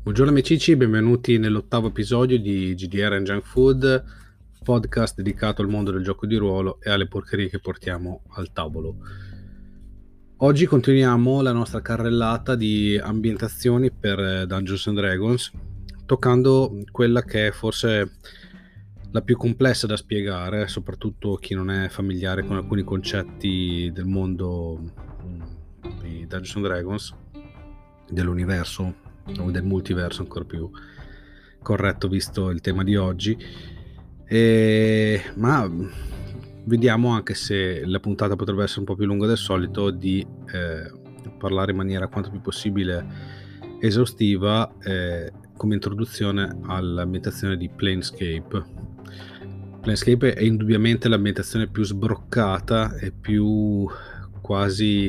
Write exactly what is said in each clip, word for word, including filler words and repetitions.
Buongiorno amici, benvenuti nell'ottavo episodio di G D R and Junk Food, podcast dedicato al mondo del gioco di ruolo e alle porcherie che portiamo al tavolo. Oggi continuiamo la nostra carrellata di ambientazioni per Dungeons and Dragons, toccando quella che è forse la più complessa da spiegare, soprattutto chi non è familiare con alcuni concetti del mondo di Dungeons and Dragons, dell'universo o del multiverso, ancora più corretto visto il tema di oggi. E, ma vediamo, anche se la puntata potrebbe essere un po' più lunga del solito, di eh, parlare in maniera quanto più possibile esaustiva eh, come introduzione all'ambientazione di Planescape. Planescape è indubbiamente l'ambientazione più sbroccata e più quasi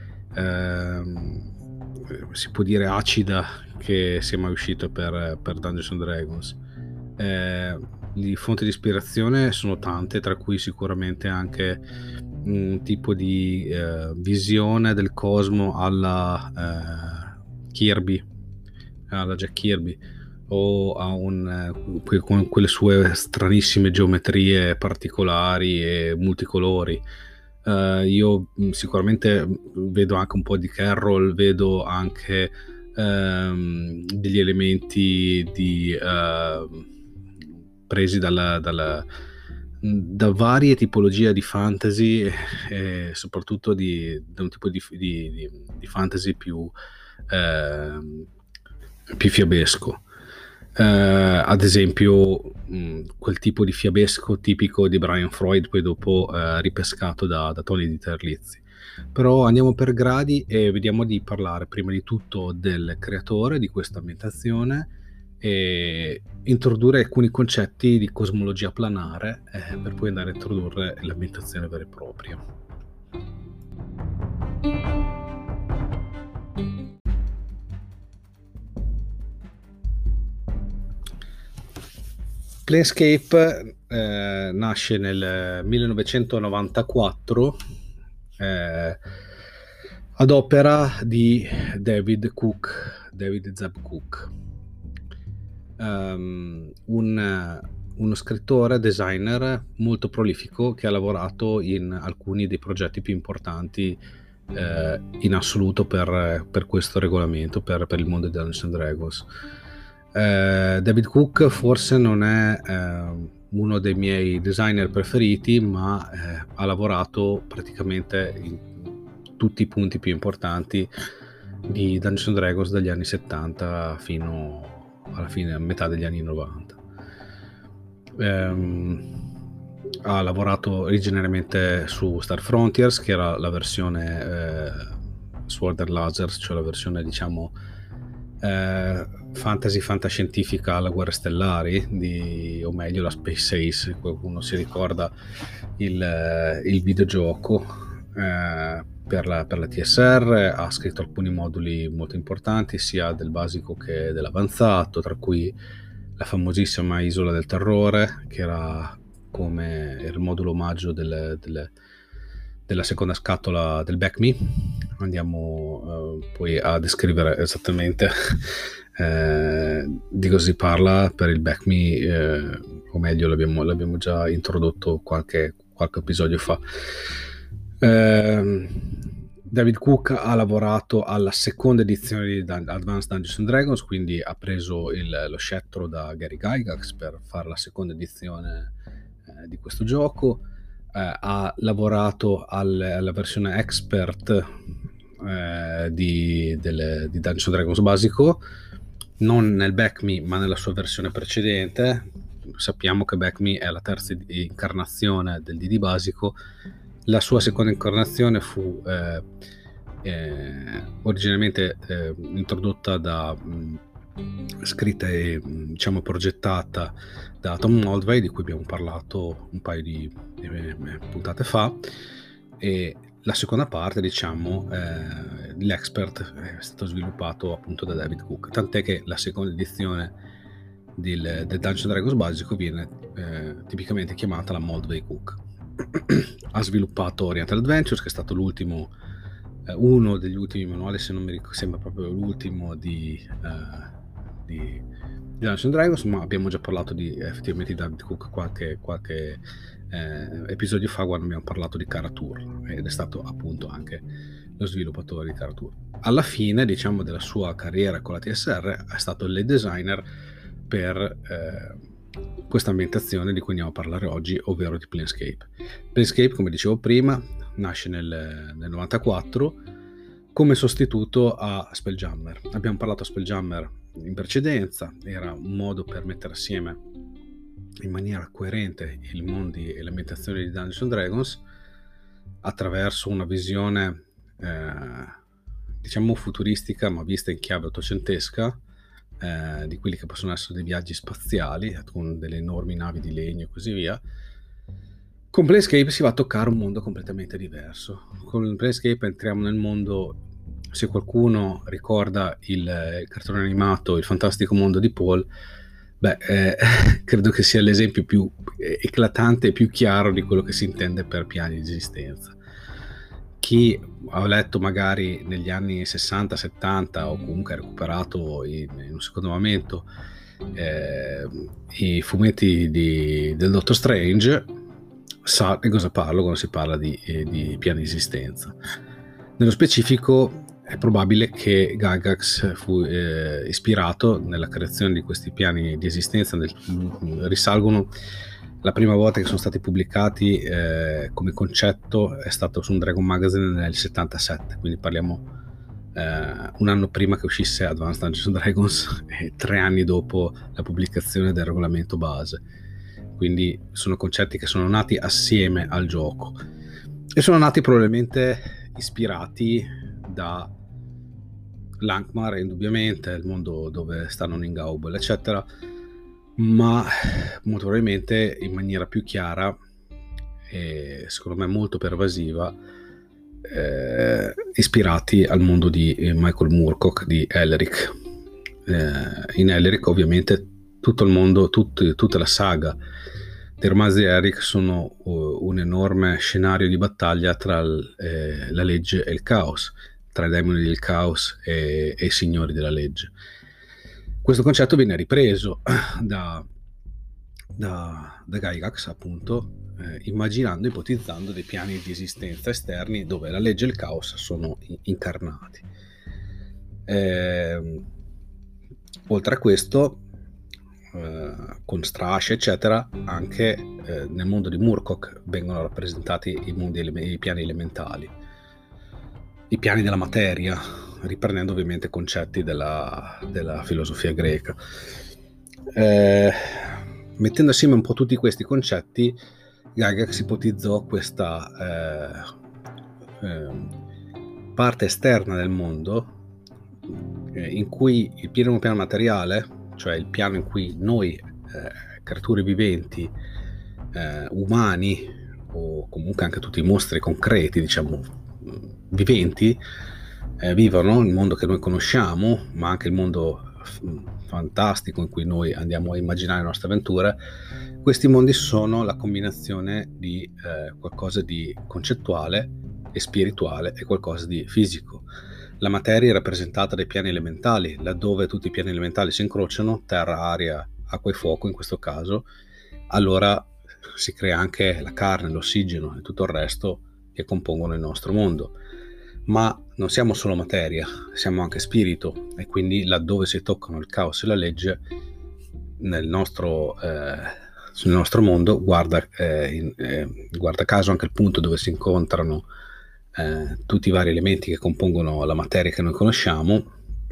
ehm, si può dire acida che sia mai uscita per, per Dungeons and Dragons. Eh, le fonti di ispirazione sono tante, tra cui sicuramente anche un tipo di eh, visione del cosmo alla eh, Kirby, alla Jack Kirby, o a un eh, con quelle sue stranissime geometrie particolari e multicolori. Uh, io sicuramente vedo anche un po' di Carroll, vedo anche um, degli elementi di, uh, presi dalla, dalla, da varie tipologie di fantasy e soprattutto di, da un tipo di, di, di, di fantasy più, uh, più fiabesco. Uh, ad esempio mh, quel tipo di fiabesco tipico di Brian Freud, poi dopo uh, ripescato da, da Tony di Terlizzi. Però andiamo per gradi e vediamo di parlare prima di tutto del creatore di questa ambientazione e introdurre alcuni concetti di cosmologia planare eh, per poi andare a introdurre l'ambientazione vera e propria. Planescape eh, nasce nel millenovecentonovantaquattro eh, ad opera di David Cook, David Zeb Cook, um, un, uno scrittore, designer molto prolifico che ha lavorato in alcuni dei progetti più importanti eh, in assoluto per, per questo regolamento, per, per il mondo di Dungeons and Dragons. Uh, David Cook forse non è uh, uno dei miei designer preferiti, ma uh, ha lavorato praticamente in tutti i punti più importanti di Dungeons and Dragons dagli anni settanta fino alla fine, a metà degli anni novanta. Um, ha lavorato originariamente su Star Frontiers, che era la versione uh, Sword and Lasers, cioè la versione, diciamo, Uh, fantasy fantascientifica alla Guerre Stellari, di, o meglio la Space Ace, se qualcuno si ricorda il, uh, il videogioco uh, per, la, per la T S R. Ha scritto alcuni moduli molto importanti sia del basico che dell'avanzato, tra cui la famosissima Isola del Terrore, che era come il modulo omaggio del, del, della seconda scatola del Back Me. Andiamo uh, poi a descrivere esattamente eh, di cosa si parla per il Back Me, eh, o meglio l'abbiamo, l'abbiamo già introdotto qualche, qualche episodio fa. Eh, David Cook ha lavorato alla seconda edizione di Dun- Advanced Dungeons and Dragons, quindi ha preso il, lo scettro da Gary Gygax per fare la seconda edizione eh, di questo gioco. Eh, ha lavorato al, alla versione expert eh, di, delle, di Dungeons and Dragons basico, non nel Back Me ma nella sua versione precedente. Sappiamo che Back Me è la terza incarnazione del D D basico. La sua seconda incarnazione fu eh, eh, originalmente eh, introdotta da mh, scritta e diciamo progettata da Tom Moldvay, di cui abbiamo parlato un paio di, di puntate fa, e la seconda parte, diciamo, eh, l'expert è stato sviluppato appunto da David Cook, tant'è che la seconda edizione del, del Dungeons and Dragons basico viene eh, tipicamente chiamata la Moldvay Cook. Ha sviluppato Oriental Adventures, che è stato l'ultimo eh, uno degli ultimi manuali, se non mi ricordo, sembra proprio l'ultimo di, eh, di, di Dungeons and Dragons, ma abbiamo già parlato di effettivamente di David Cook qualche, qualche eh, episodio fa, quando abbiamo parlato di Kara-Tur, ed è stato appunto anche lo sviluppatore di Kara-Tur. Alla fine, diciamo, della sua carriera con la T S R è stato il lead designer per eh, questa ambientazione di cui andiamo a parlare oggi, ovvero di Planescape. Planescape, come dicevo prima, nasce nel, nel novantaquattro come sostituto a Spelljammer. Abbiamo parlato a Spelljammer in precedenza, era un modo per mettere assieme in maniera coerente i mondi e le ambientazioni di Dungeons and Dragons attraverso una visione eh, diciamo futuristica, ma vista in chiave ottocentesca, eh, di quelli che possono essere dei viaggi spaziali con delle enormi navi di legno e così via. Con Planescape si va a toccare un mondo completamente diverso. Con Planescape entriamo nel mondo, se qualcuno ricorda il, il cartone animato Il fantastico mondo di Paul, beh, eh, credo che sia l'esempio più eclatante e più chiaro di quello che si intende per piani di esistenza. Chi ha letto magari negli anni sessanta settanta o comunque ha recuperato in, in un secondo momento eh, i fumetti di, del Doctor Strange sa di cosa parlo quando si parla di, eh, di piani di esistenza. Nello specifico è probabile che Gygax fu eh, ispirato nella creazione di questi piani di esistenza, nel, risalgono la prima volta che sono stati pubblicati eh, come concetto è stato su un Dragon Magazine nel settantasette, quindi parliamo eh, un anno prima che uscisse Advanced Dungeons and Dragons e tre anni dopo la pubblicazione del regolamento base. Quindi sono concetti che sono nati assieme al gioco e sono nati probabilmente ispirati da Lankhmar, indubbiamente, il mondo dove stanno Ningaubel, eccetera, ma molto probabilmente in maniera più chiara e secondo me molto pervasiva eh, ispirati al mondo di Michael Moorcock di Elric. Eh, in Elric ovviamente tutto il mondo, tut, tutta la saga dei romanzi di Elric sono uh, un enorme scenario di battaglia tra l, eh, la legge e il caos, tra i demoni del caos e, e i signori della legge. Questo concetto viene ripreso da, da, da Gygax, appunto, eh, immaginando, ipotizzando dei piani di esistenza esterni dove la legge e il caos sono incarnati. Eh, oltre a questo, eh, con Strash, eccetera, anche eh, nel mondo di Moorcock vengono rappresentati i, mondi, i piani elementali, i piani della materia, riprendendo ovviamente concetti della, della filosofia greca. Eh, mettendo assieme un po' tutti questi concetti, Gygax ipotizzò questa eh, eh, parte esterna del mondo eh, in cui il primo piano materiale, cioè il piano in cui noi, eh, creature viventi, eh, umani o comunque anche tutti i mostri concreti, diciamo, viventi, eh, vivono il mondo che noi conosciamo, ma anche il mondo f- fantastico in cui noi andiamo a immaginare le nostre avventure. Questi mondi sono la combinazione di eh, qualcosa di concettuale e spirituale e qualcosa di fisico. La materia è rappresentata dai piani elementali, laddove tutti i piani elementali si incrociano, terra, aria, acqua e fuoco in questo caso, allora si crea anche la carne, l'ossigeno e tutto il resto che compongono il nostro mondo. Ma non siamo solo materia, siamo anche spirito, e quindi laddove si toccano il caos e la legge nel nostro, eh, nel nostro mondo, guarda, eh, in, eh, guarda caso anche il punto dove si incontrano eh, tutti i vari elementi che compongono la materia che noi conosciamo,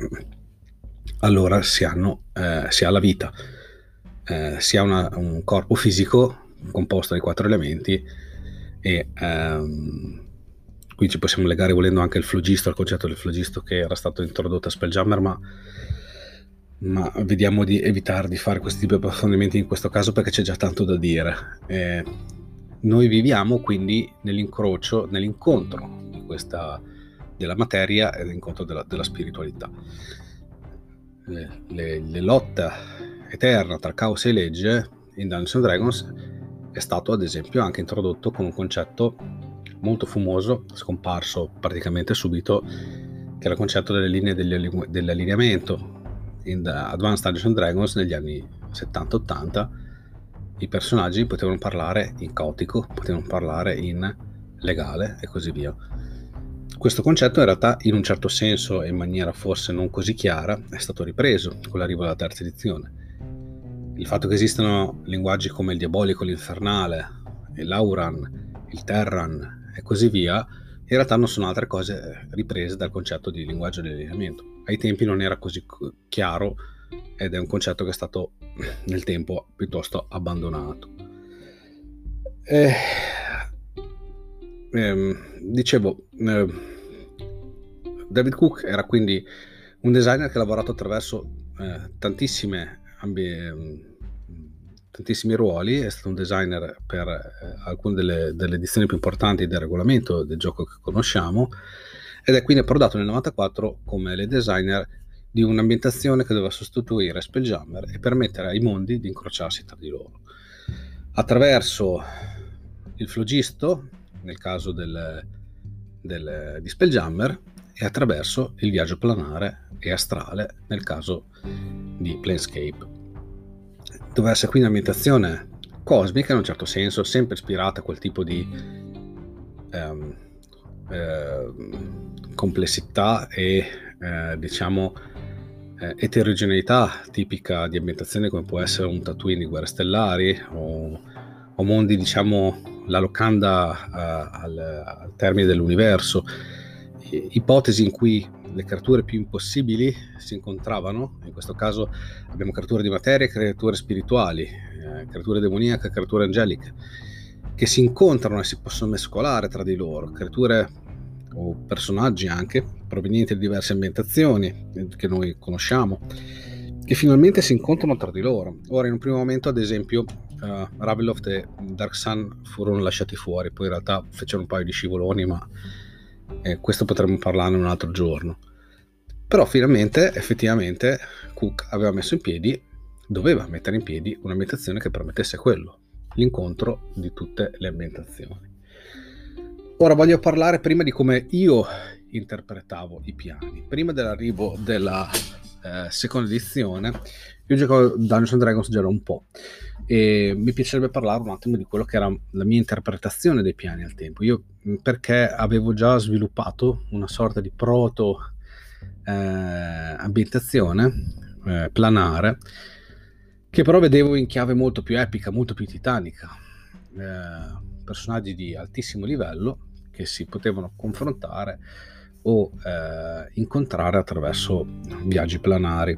allora si, hanno, eh, si ha la vita, eh, si ha una, un corpo fisico composto di quattro elementi e ehm, qui ci possiamo legare volendo anche il flogisto, al concetto del flogisto che era stato introdotto a Spelljammer, ma, ma vediamo di evitare di fare questi tipi di approfondimenti in questo caso perché c'è già tanto da dire. Eh, noi viviamo quindi nell'incrocio, nell'incontro di questa, della materia e nell'incontro della, della spiritualità. Le, le, le lotte eterna tra caos e legge in Dungeons and Dragons è stato ad esempio anche introdotto con un concetto molto fumoso, scomparso praticamente subito, che era il concetto delle linee dell'allineamento. in Advanced Dungeons and Dragons negli anni settanta ottanta i personaggi potevano parlare in caotico, potevano parlare in legale e così via. Questo concetto in realtà, in un certo senso e in maniera forse non così chiara, è stato ripreso con l'arrivo della terza edizione. Il fatto che esistano linguaggi come il diabolico, l'infernale, l'auran, il terran e così via, in realtà non sono altre cose riprese dal concetto di linguaggio di allineamento. Ai tempi non era così chiaro ed è un concetto che è stato nel tempo piuttosto abbandonato. Eh, ehm, dicevo, eh, David Cook era quindi un designer che ha lavorato attraverso eh, tantissime ambi- tantissimi ruoli, è stato un designer per eh, alcune delle, delle edizioni più importanti del regolamento del gioco che conosciamo, ed è quindi approdato nel novantaquattro come le designer di un'ambientazione che doveva sostituire Spelljammer e permettere ai mondi di incrociarsi tra di loro attraverso il flogisto nel caso del, del, di Spelljammer e attraverso il viaggio planare e astrale nel caso di Planescape. Doveva essere quindi un'ambientazione cosmica in un certo senso, sempre ispirata a quel tipo di ehm, eh, complessità e eh, diciamo eh, eterogeneità tipica di ambientazione come può essere un Tatooine di Guerre Stellari o, o mondi, diciamo, la locanda uh, al, al termine dell'universo, ipotesi in cui le creature più impossibili si incontravano. In questo caso abbiamo creature di materia e creature spirituali, eh, creature demoniache e creature angeliche che si incontrano e si possono mescolare tra di loro, creature o personaggi anche provenienti da diverse ambientazioni che noi conosciamo, che finalmente si incontrano tra di loro. Ora, in un primo momento, ad esempio, uh, Ravenloft e Dark Sun furono lasciati fuori, poi in realtà fecero un paio di scivoloni, ma eh, questo potremmo parlarne un altro giorno. Però finalmente, effettivamente, Cook aveva messo in piedi, doveva mettere in piedi un'ambientazione che permettesse quello, l'incontro di tutte le ambientazioni. Ora voglio parlare prima di come io interpretavo i piani. Prima dell'arrivo della eh, seconda edizione, io giocavo Dungeons and Dragons già da un po' e mi piacerebbe parlare un attimo di quello che era la mia interpretazione dei piani al tempo. Io, perché avevo già sviluppato una sorta di proto eh, ambientazione eh, planare, che però vedevo in chiave molto più epica, molto più titanica, eh, personaggi di altissimo livello che si potevano confrontare o eh, incontrare attraverso viaggi planari.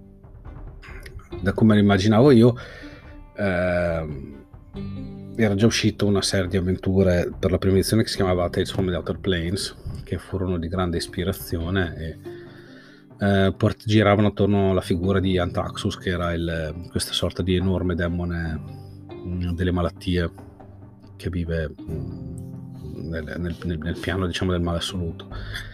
Da come lo immaginavo io, eh, era già uscita una serie di avventure per la prima edizione che si chiamava Tales from the Outer Planes, che furono di grande ispirazione e eh, port- giravano attorno alla figura di Antraxus, che era il, questa sorta di enorme demone mh, delle malattie che vive mh, nel, nel, nel piano, diciamo, del male assoluto.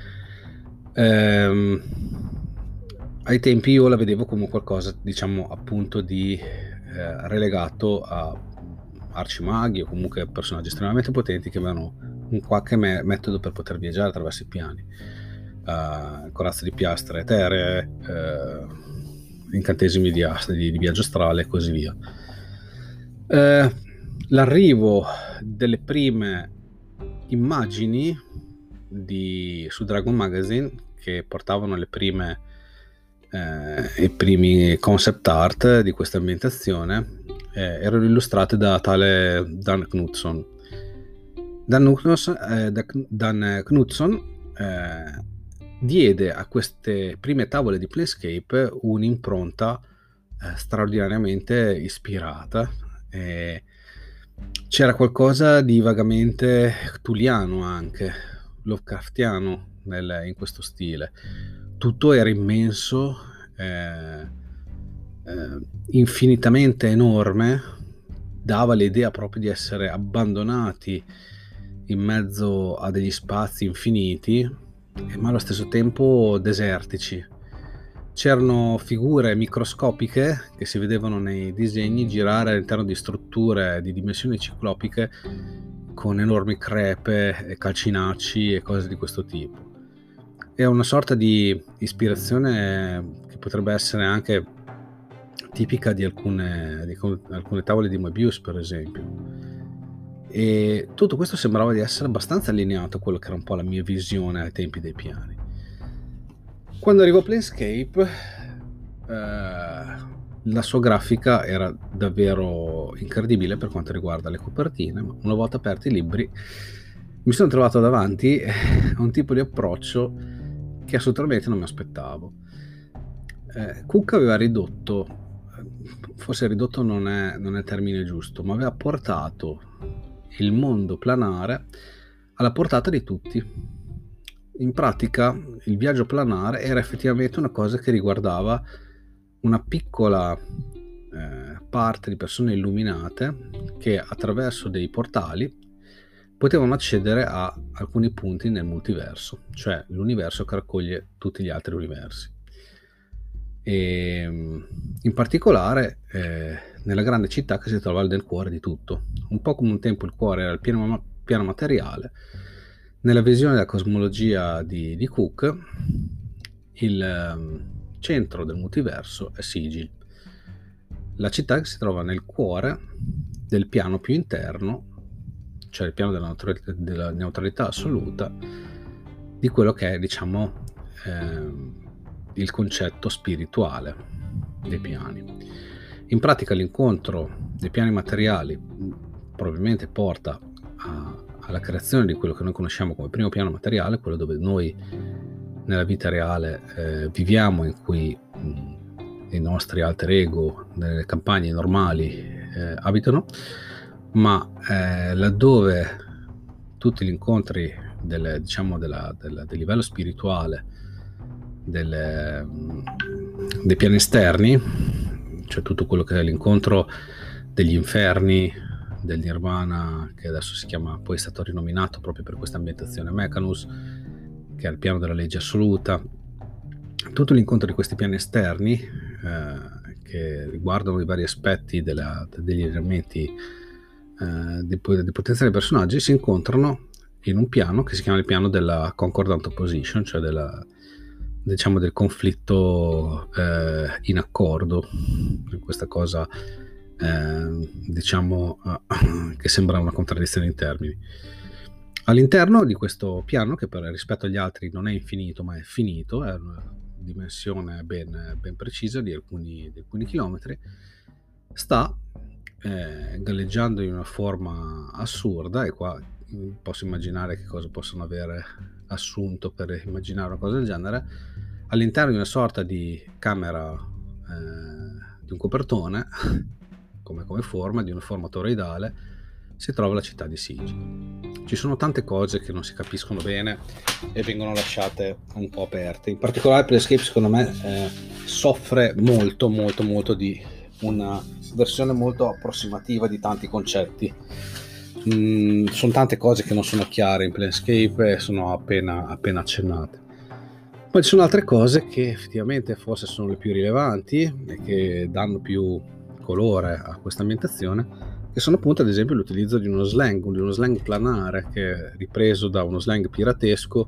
Ehm, ai tempi io la vedevo come qualcosa, diciamo, appunto di eh, relegato a arcimaghi o comunque personaggi estremamente potenti che avevano un qualche me- metodo per poter viaggiare attraverso i piani, uh, corazze di piastre eteree, uh, incantesimi di, di, di viaggio astrale e così via. Uh, l'arrivo delle prime immagini di, su Dragon Magazine che portavano le prime eh, i primi concept art di questa ambientazione eh, erano illustrate da tale Dan Knudson. Dan, Knudson, eh, Dan Knudson eh, diede a queste prime tavole di Planescape un'impronta eh, straordinariamente ispirata. Eh, c'era qualcosa di vagamente cthulhiano, anche Lovecraftiano nel, in questo stile. Tutto era immenso, eh, eh, infinitamente enorme, dava l'idea proprio di essere abbandonati in mezzo a degli spazi infiniti, ma allo stesso tempo desertici. C'erano figure microscopiche che si vedevano nei disegni girare all'interno di strutture di dimensioni ciclopiche con enormi crepe, calcinacci e cose di questo tipo. È una sorta di ispirazione che potrebbe essere anche tipica di alcune, di alcune tavole di Moebius, per esempio. E tutto questo sembrava di essere abbastanza allineato a quello che era un po' la mia visione ai tempi dei piani. Quando arrivo a Planescape, eh, la sua grafica era davvero incredibile per quanto riguarda le copertine, ma una volta aperti i libri mi sono trovato davanti a un tipo di approccio che assolutamente non mi aspettavo. Eh, Cook aveva ridotto, forse ridotto non è, non è il termine giusto, ma aveva portato il mondo planare alla portata di tutti. In pratica il viaggio planare era effettivamente una cosa che riguardava una piccola eh, parte di persone illuminate che attraverso dei portali potevano accedere a alcuni punti nel multiverso, cioè l'universo che raccoglie tutti gli altri universi. E in particolare eh, nella grande città che si trova nel cuore di tutto, un po' come un tempo il cuore era il piano, piano materiale. Nella visione della cosmologia di, di Cook, il um, centro del multiverso è Sigil, la città che si trova nel cuore del piano più interno, cioè il piano della neutralità, della neutralità assoluta, di quello che è, diciamo, eh, il concetto spirituale dei piani. In pratica l'incontro dei piani materiali probabilmente porta a, alla creazione di quello che noi conosciamo come primo piano materiale, quello dove noi nella vita reale eh, viviamo, in cui mh, i nostri alter ego nelle campagne normali eh, abitano, ma eh, laddove tutti gli incontri del, diciamo della, della, del livello spirituale delle, dei piani esterni, cioè tutto quello che è l'incontro degli inferni, del Nirvana, che adesso si chiama, poi è stato rinominato proprio per questa ambientazione, Mechanus, che è il piano della legge assoluta. Tutto l'incontro di questi piani esterni eh, che riguardano i vari aspetti della, degli elementi eh, dei, dei potenziali personaggi si incontrano in un piano che si chiama il piano della concordant opposition, cioè della, diciamo, del conflitto eh, in accordo, questa cosa eh, diciamo eh, che sembra una contraddizione in termini. All'interno di questo piano, che per rispetto agli altri non è infinito ma è finito, è una dimensione ben, ben precisa di alcuni, di alcuni chilometri, sta eh, galleggiando in una forma assurda, e qua posso immaginare che cosa possono avere assunto per immaginare una cosa del genere. All'interno di una sorta di camera eh, di un copertone come, come forma, di una forma toroidale, si trova la città di Sigil. Ci sono tante cose che non si capiscono bene e vengono lasciate un po' aperte. In particolare Planescape, secondo me, eh, soffre molto molto molto di una versione molto approssimativa di tanti concetti. Mm, sono tante cose che non sono chiare in Planescape e sono appena, appena accennate. Poi ci sono altre cose che effettivamente forse sono le più rilevanti e che danno più colore a questa ambientazione, che sono appunto ad esempio l'utilizzo di uno slang, di uno slang planare che è ripreso da uno slang piratesco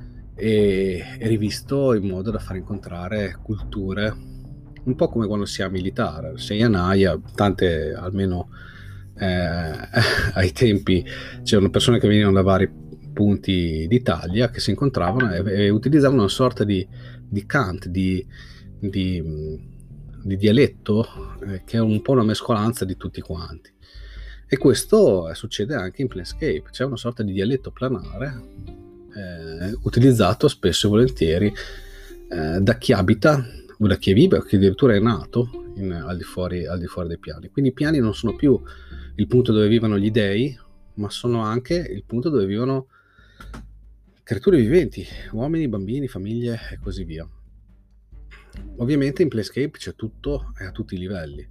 e è rivisto in modo da far incontrare culture, un po' come quando si è militare. Sei a Naia, tante, almeno eh, ai tempi c'erano persone che venivano da vari punti d'Italia che si incontravano e, e utilizzavano una sorta di, di cant, di, di, di dialetto eh, che è un po' una mescolanza di tutti quanti. E questo eh, succede anche in Planescape, c'è una sorta di dialetto planare eh, utilizzato spesso e volentieri eh, da chi abita o da chi vive o chi addirittura è nato in, al, di fuori, al di fuori dei piani. Quindi i piani non sono più il punto dove vivono gli dei, ma sono anche il punto dove vivono creature viventi, uomini, bambini, famiglie e così via. Ovviamente in Planescape c'è tutto e a tutti i livelli.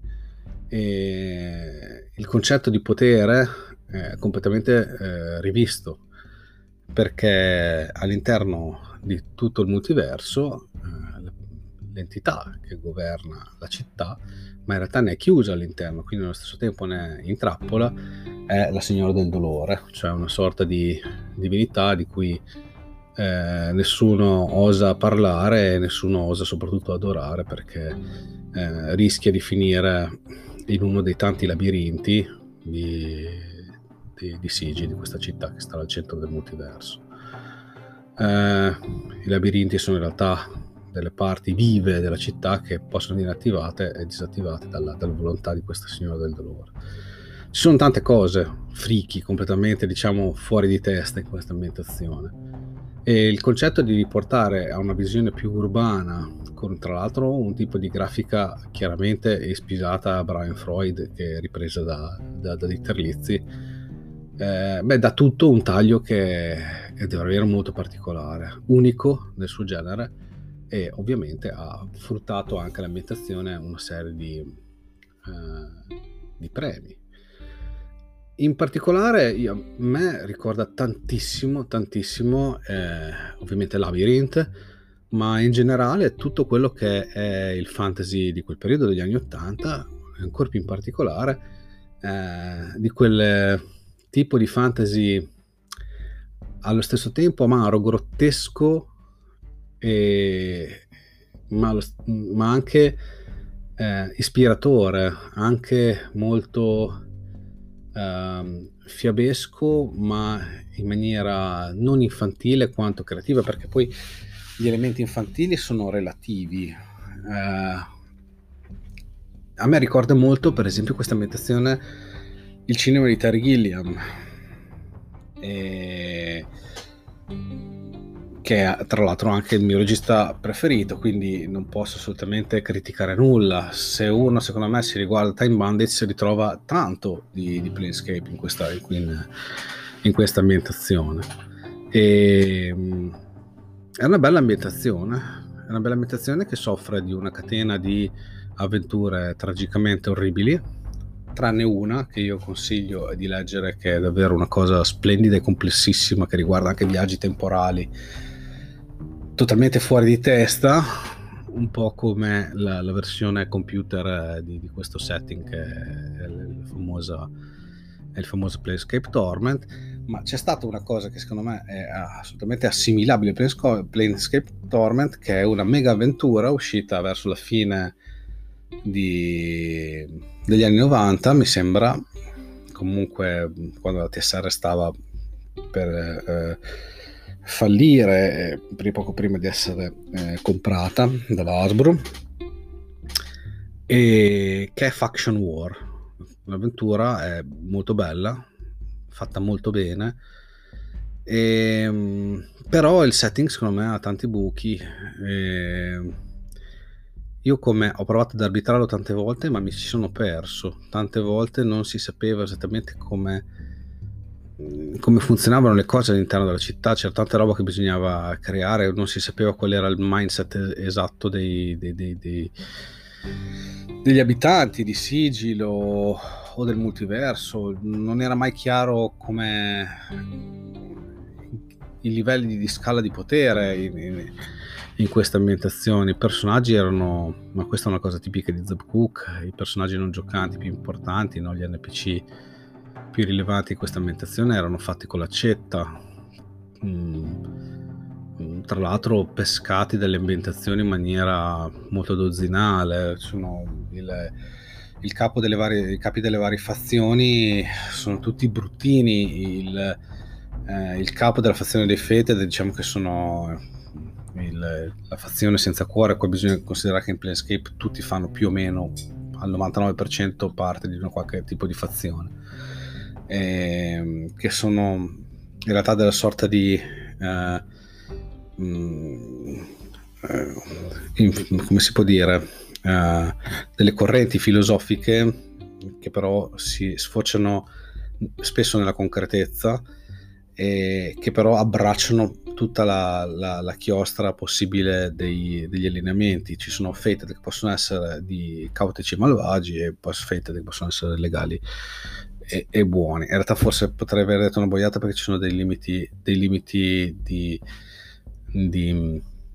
E il concetto di potere è completamente eh, rivisto, perché all'interno di tutto il multiverso eh, l'entità che governa la città, ma in realtà ne è chiusa all'interno, quindi allo stesso tempo ne è in trappola, è la Signora del Dolore, cioè una sorta di divinità di cui eh, nessuno osa parlare e nessuno osa soprattutto adorare, perché eh, rischia di finire in uno dei tanti labirinti di, di, di Sigi, di questa città che sta al centro del multiverso. Eh, I labirinti sono in realtà delle parti vive della città che possono essere attivate e disattivate dalla, dalla volontà di questa signora del dolore. Ci sono tante cose friki, completamente, diciamo, fuori di testa in questa ambientazione. E il concetto di riportare a una visione più urbana, con tra l'altro un tipo di grafica chiaramente ispirata a Brian Freud, che è ripresa da, da, da Dieter Lizzi, eh, beh, dà tutto un taglio che è davvero molto particolare, unico nel suo genere, e ovviamente ha fruttato anche l'ambientazione una serie di, eh, di premi. In particolare io, a me ricorda tantissimo, tantissimo, eh, ovviamente Labyrinth, ma in generale tutto quello che è il fantasy di quel periodo degli anni Ottanta, ancora più in particolare, eh, di quel tipo di fantasy allo stesso tempo amaro, grottesco, e, ma, ma anche eh, ispiratore, anche molto eh, fiabesco, ma in maniera non infantile quanto creativa, perché poi gli elementi infantili sono relativi. Eh, a me ricorda molto, per esempio, questa ambientazione, il cinema di Terry Gilliam, e che è tra l'altro anche il mio regista preferito, quindi non posso assolutamente criticare nulla. Se uno, secondo me, si riguarda Time Bandits, si ritrova tanto di, di Planescape in questa, in, in questa ambientazione. E, è una bella ambientazione, è una bella ambientazione che soffre di una catena di avventure tragicamente orribili, tranne una che io consiglio di leggere, che è davvero una cosa splendida e complessissima, che riguarda anche viaggi temporali totalmente fuori di testa, un po' come la, la versione computer di, di questo setting, che è il famoso, è il famoso Planescape Torment. Ma c'è stata una cosa che secondo me è assolutamente assimilabile a Planescape Torment, che è una mega avventura uscita verso la fine di, degli anni novanta, mi sembra, comunque quando la T S R stava per eh, fallire, eh, poco prima di essere eh, comprata dalla Hasbro, e che è Faction War. L'avventura è molto bella, fatta molto bene, e, però il setting secondo me ha tanti buchi. E io come ho provato ad arbitrarlo tante volte, ma mi ci sono perso tante volte, non si sapeva esattamente come come funzionavano le cose all'interno della città, c'era tanta roba che bisognava creare, non si sapeva qual era il mindset esatto dei, dei, dei, dei degli abitanti di Sigilo o del multiverso, non era mai chiaro come i livelli di scala di potere in, in, in queste ambientazioni. I personaggi erano, ma questa è una cosa tipica di Zeb Cook, i personaggi non giocanti più importanti, no? Gli N P C più rilevanti in questa ambientazione erano fatti con l'accetta, mm, tra l'altro pescati dalle ambientazioni in maniera molto dozzinale. Sono il, il capo delle varie, i capi delle varie fazioni sono tutti bruttini. Il, eh, il capo della fazione dei Fated, diciamo che sono il, la fazione senza cuore. Qua bisogna considerare che in Planescape tutti fanno più o meno al novantanove per cento parte di una qualche tipo di fazione, eh, che sono in realtà della sorta di eh, mh, eh, in, come si può dire, eh, delle correnti filosofiche che però si sfociano spesso nella concretezza, e che però abbracciano tutta la, la, la chiostra possibile dei, degli allineamenti. Ci sono Fated che possono essere di caotici e malvagi, e poi Fated che possono essere legali e, e buoni. In realtà forse potrei aver detto una boiata, perché ci sono dei limiti, dei limiti di, di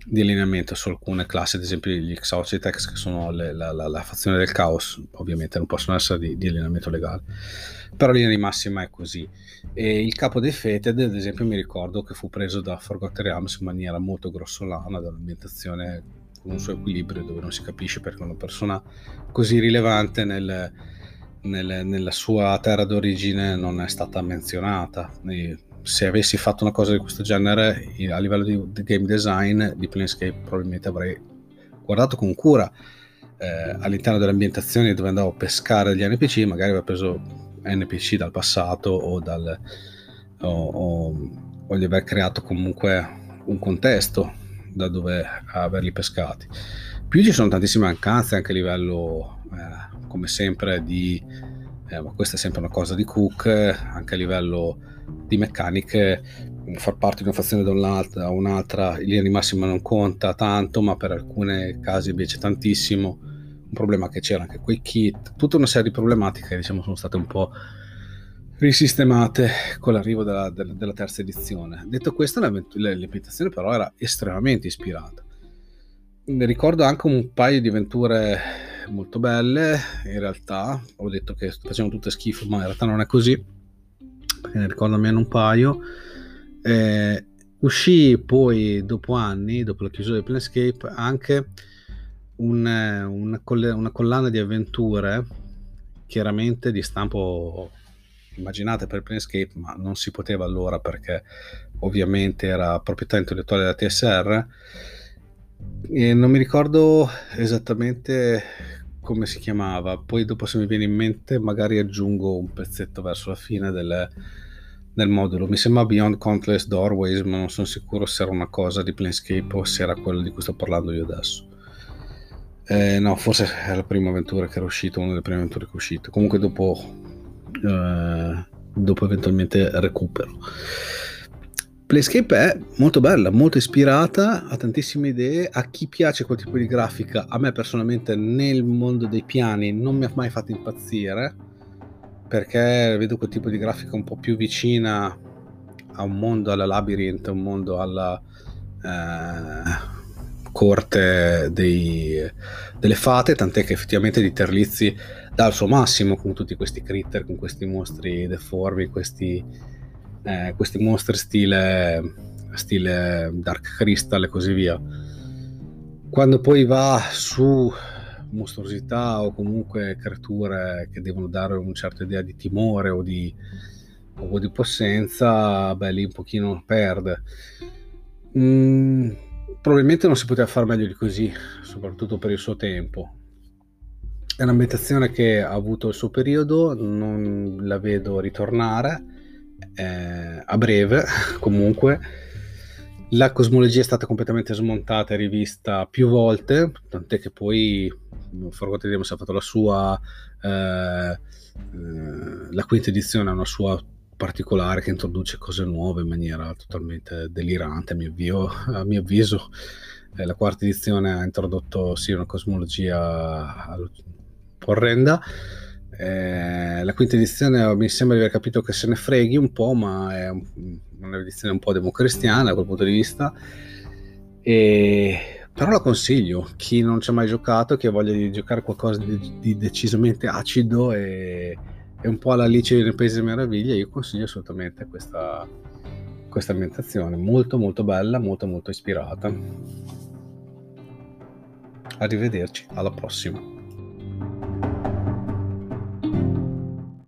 di allineamento su alcune classi, ad esempio gli Exaucitex, che sono le, la, la, la fazione del caos, ovviamente non possono essere di, di allineamento legale, però in linea di massima è così. E il capo dei Fated, ad esempio, mi ricordo che fu preso da Forgotten Realms in maniera molto grossolana, dall'ambientazione con un suo equilibrio dove non si capisce perché una persona così rilevante nel, nel, nella sua terra d'origine non è stata menzionata. E se avessi fatto una cosa di questo genere a livello di, di game design di Planescape, probabilmente avrei guardato con cura eh, all'interno delle ambientazioni dove andavo a pescare gli N P C, magari avevo preso N P C dal passato o dal o, o, o di aver creato comunque un contesto da dove averli pescati. Più ci sono tantissime mancanze anche a livello eh, come sempre di eh, ma questa è sempre una cosa di Cook, eh, anche a livello di meccaniche, far parte di una fazione da un'altra a un'altra in linea di massima non conta tanto, ma per alcuni casi invece tantissimo. Un problema che c'era anche quei kit, tutta una serie di problematiche che diciamo sono state un po' risistemate con l'arrivo della, della, della terza edizione. Detto questo, l'ambientazione però era estremamente ispirata. Ne ricordo anche un paio di avventure molto belle, in realtà ho detto che facevano tutte schifo, ma in realtà non è così, perché ne ricordo almeno un paio. Eh, uscì poi dopo anni, dopo la chiusura di Planescape, anche un, una, una collana di avventure chiaramente di stampo immaginate per Planescape, ma non si poteva allora perché ovviamente era proprietà intellettuale della T S R, e non mi ricordo esattamente come si chiamava. Poi dopo, se mi viene in mente, magari aggiungo un pezzetto verso la fine del, del modulo. Mi sembra Beyond Countless Doorways, ma non sono sicuro se era una cosa di Planescape o se era quello di cui sto parlando io adesso. Eh, no, forse è la prima avventura che era uscita, una delle prime avventure che è uscita. Comunque dopo eh, dopo eventualmente recupero. Planescape è molto bella, molto ispirata, ha tantissime idee. A chi piace quel tipo di grafica, a me personalmente nel mondo dei piani non mi ha mai fatto impazzire, perché vedo quel tipo di grafica un po' più vicina a un mondo alla Labyrinth, un mondo alla eh, corte dei, delle fate, tant'è che effettivamente di Terlizzi dà il suo massimo con tutti questi critter, con questi mostri deformi, questi, eh, questi mostri stile, stile Dark Crystal e così via. Quando poi va su mostruosità o comunque creature che devono dare una certa idea di timore o di, o di possenza, beh, lì un pochino perde. Mm, probabilmente non si poteva fare meglio di così, soprattutto per il suo tempo. È un'ambientazione che ha avuto il suo periodo, non la vedo ritornare eh, a breve. Comunque la cosmologia è stata completamente smontata e rivista più volte, tant'è che poi Forgotten Realms ha fatto la sua eh, eh, la quinta edizione ha una sua particolare che introduce cose nuove in maniera totalmente delirante, a mio, avvio, a mio avviso. Eh, la quarta edizione ha introdotto sì una cosmologia orrenda. Eh, la quinta edizione mi sembra di aver capito che se ne freghi un po', ma è un, un'edizione un po' democristiana da quel punto di vista, e però la consiglio chi non ci ha mai giocato, chi ha voglia di giocare qualcosa di, di decisamente acido e, e un po' alla Alice nel Paese delle Meraviglie. Io consiglio assolutamente questa, questa ambientazione molto molto bella, molto molto ispirata. Arrivederci, alla prossima.